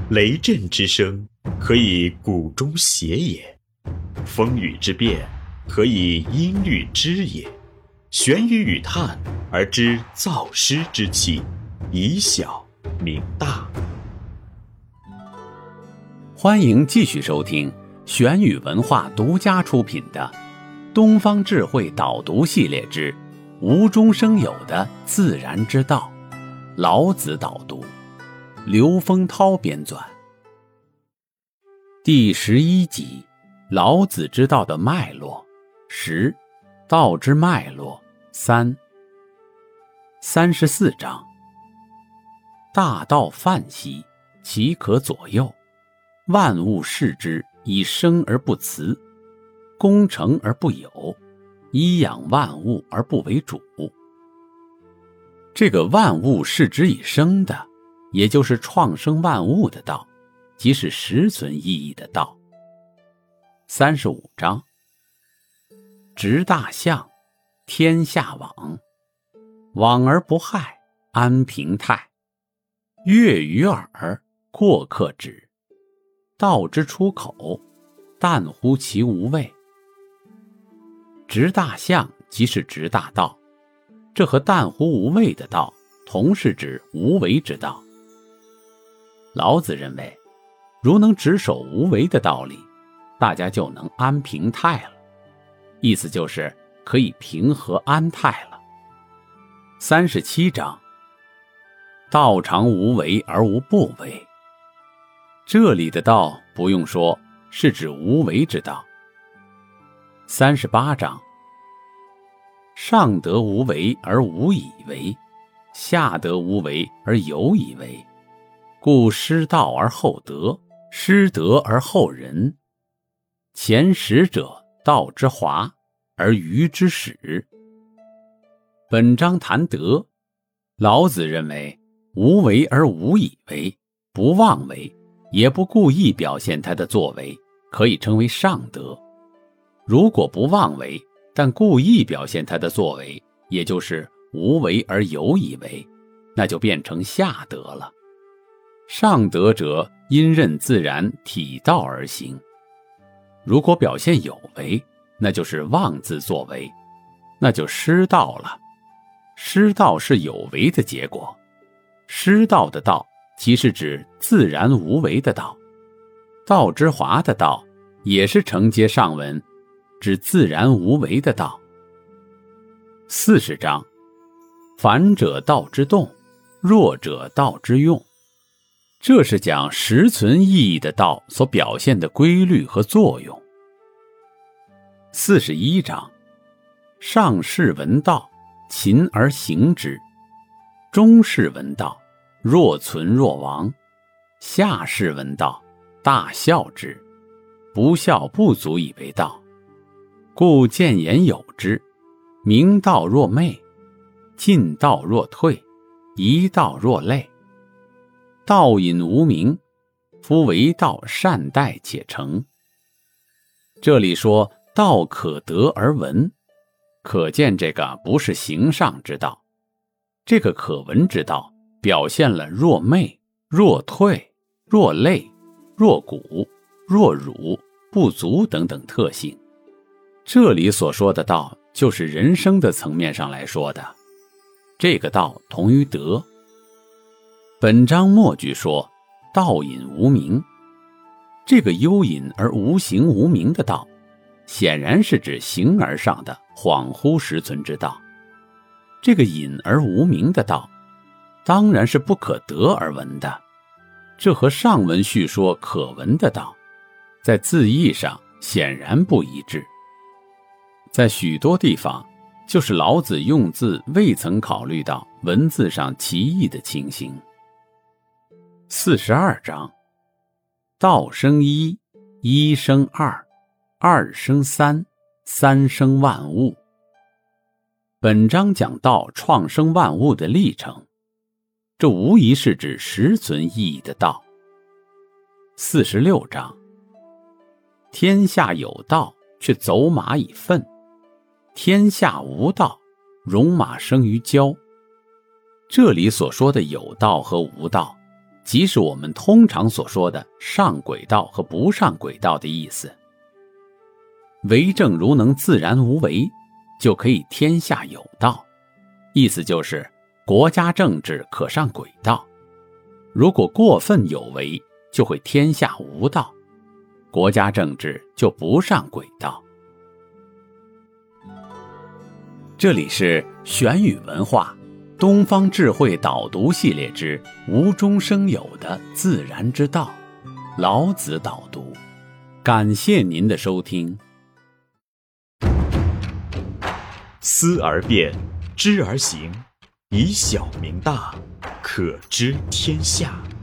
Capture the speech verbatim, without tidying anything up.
雷震之声，可以鼓中谐也；风雨之变，可以音律之也。玄于语叹而知造湿之气，以小明大。 欢迎继续收听玄宇文化独家出品的东方智慧导读系列之无中生有的自然之道，老子导读，刘丰涛编纂。第十一集，老子之道的脉络。十，道之脉络。三，三十四章。大道泛兮，其可左右。万物视之，以生而不辞，功成而不有，以养万物而不为主。这个万物视之以生的，也就是创生万物的道，即是实存意义的道。三十五章。执大象，天下往，往而不害，安平泰。悦于耳，过客止。道之出口，淡乎其无味。执大象即是执大道，这和淡乎无味的道同是指无为之道。老子认为，如能执守无为的道理，大家就能安平泰了，意思就是可以平和安泰了。三十七章。道常无为而无不为。这里的道不用说，是指无为之道。三十八章。上得无为而无以为，下得无为而有以为，故失道而后德，失德而后仁。前识者，道之华，而愚之始。本章谈德，老子认为无为而无以为，不妄为，也不故意表现他的作为，可以称为上德。如果不妄为，但故意表现他的作为，也就是无为而有以为，那就变成下德了。上德者，因任自然体道而行。如果表现有为，那就是妄自作为，那就失道了。失道是有为的结果，失道的道即是指自然无为的道。道之华的道也是承接上文，指自然无为的道。四十章。反者道之动，弱者道之用。这是讲实存意义的道所表现的规律和作用。四十一章。上士闻道，勤而行之；中士闻道，若存若亡；下士闻道，大笑之。不笑不足以为道，故见言有之。明道若昧，进道若退，一道若累。道隐无名，夫为道善待且成。这里说道可得而闻，可见这个不是形上之道，这个可闻之道表现了若昧、若退、若累、若谷、若辱、不足等等特性。这里所说的道就是人生的层面上来说的，这个道同于德。本章末句说道隐无名，这个幽隐而无形无名的道，显然是指形而上的恍惚实存之道。这个隐而无名的道，当然是不可得而闻的，这和上文叙说可闻的道，在字义上显然不一致。在许多地方，就是老子用字未曾考虑到文字上歧义的情形。四十二章。道生一，一生二，二生三，三生万物。本章讲道创生万物的历程，这无疑是指实存意义的道。四十六章。天下有道，却走马以粪。天下无道，戎马生于郊。这里所说的有道和无道， 即是我们通常所说的上轨道和不上轨道的意思。为政如能自然无为，就可以天下有道，意思就是国家政治可上轨道。如果过分有为，就会天下无道，国家政治就不上轨道。这里是玄宇文化东方智慧导读系列之无中生有的自然之道，老子导读。感谢您的收听。 思而变，知而行，以小明大，可知天下。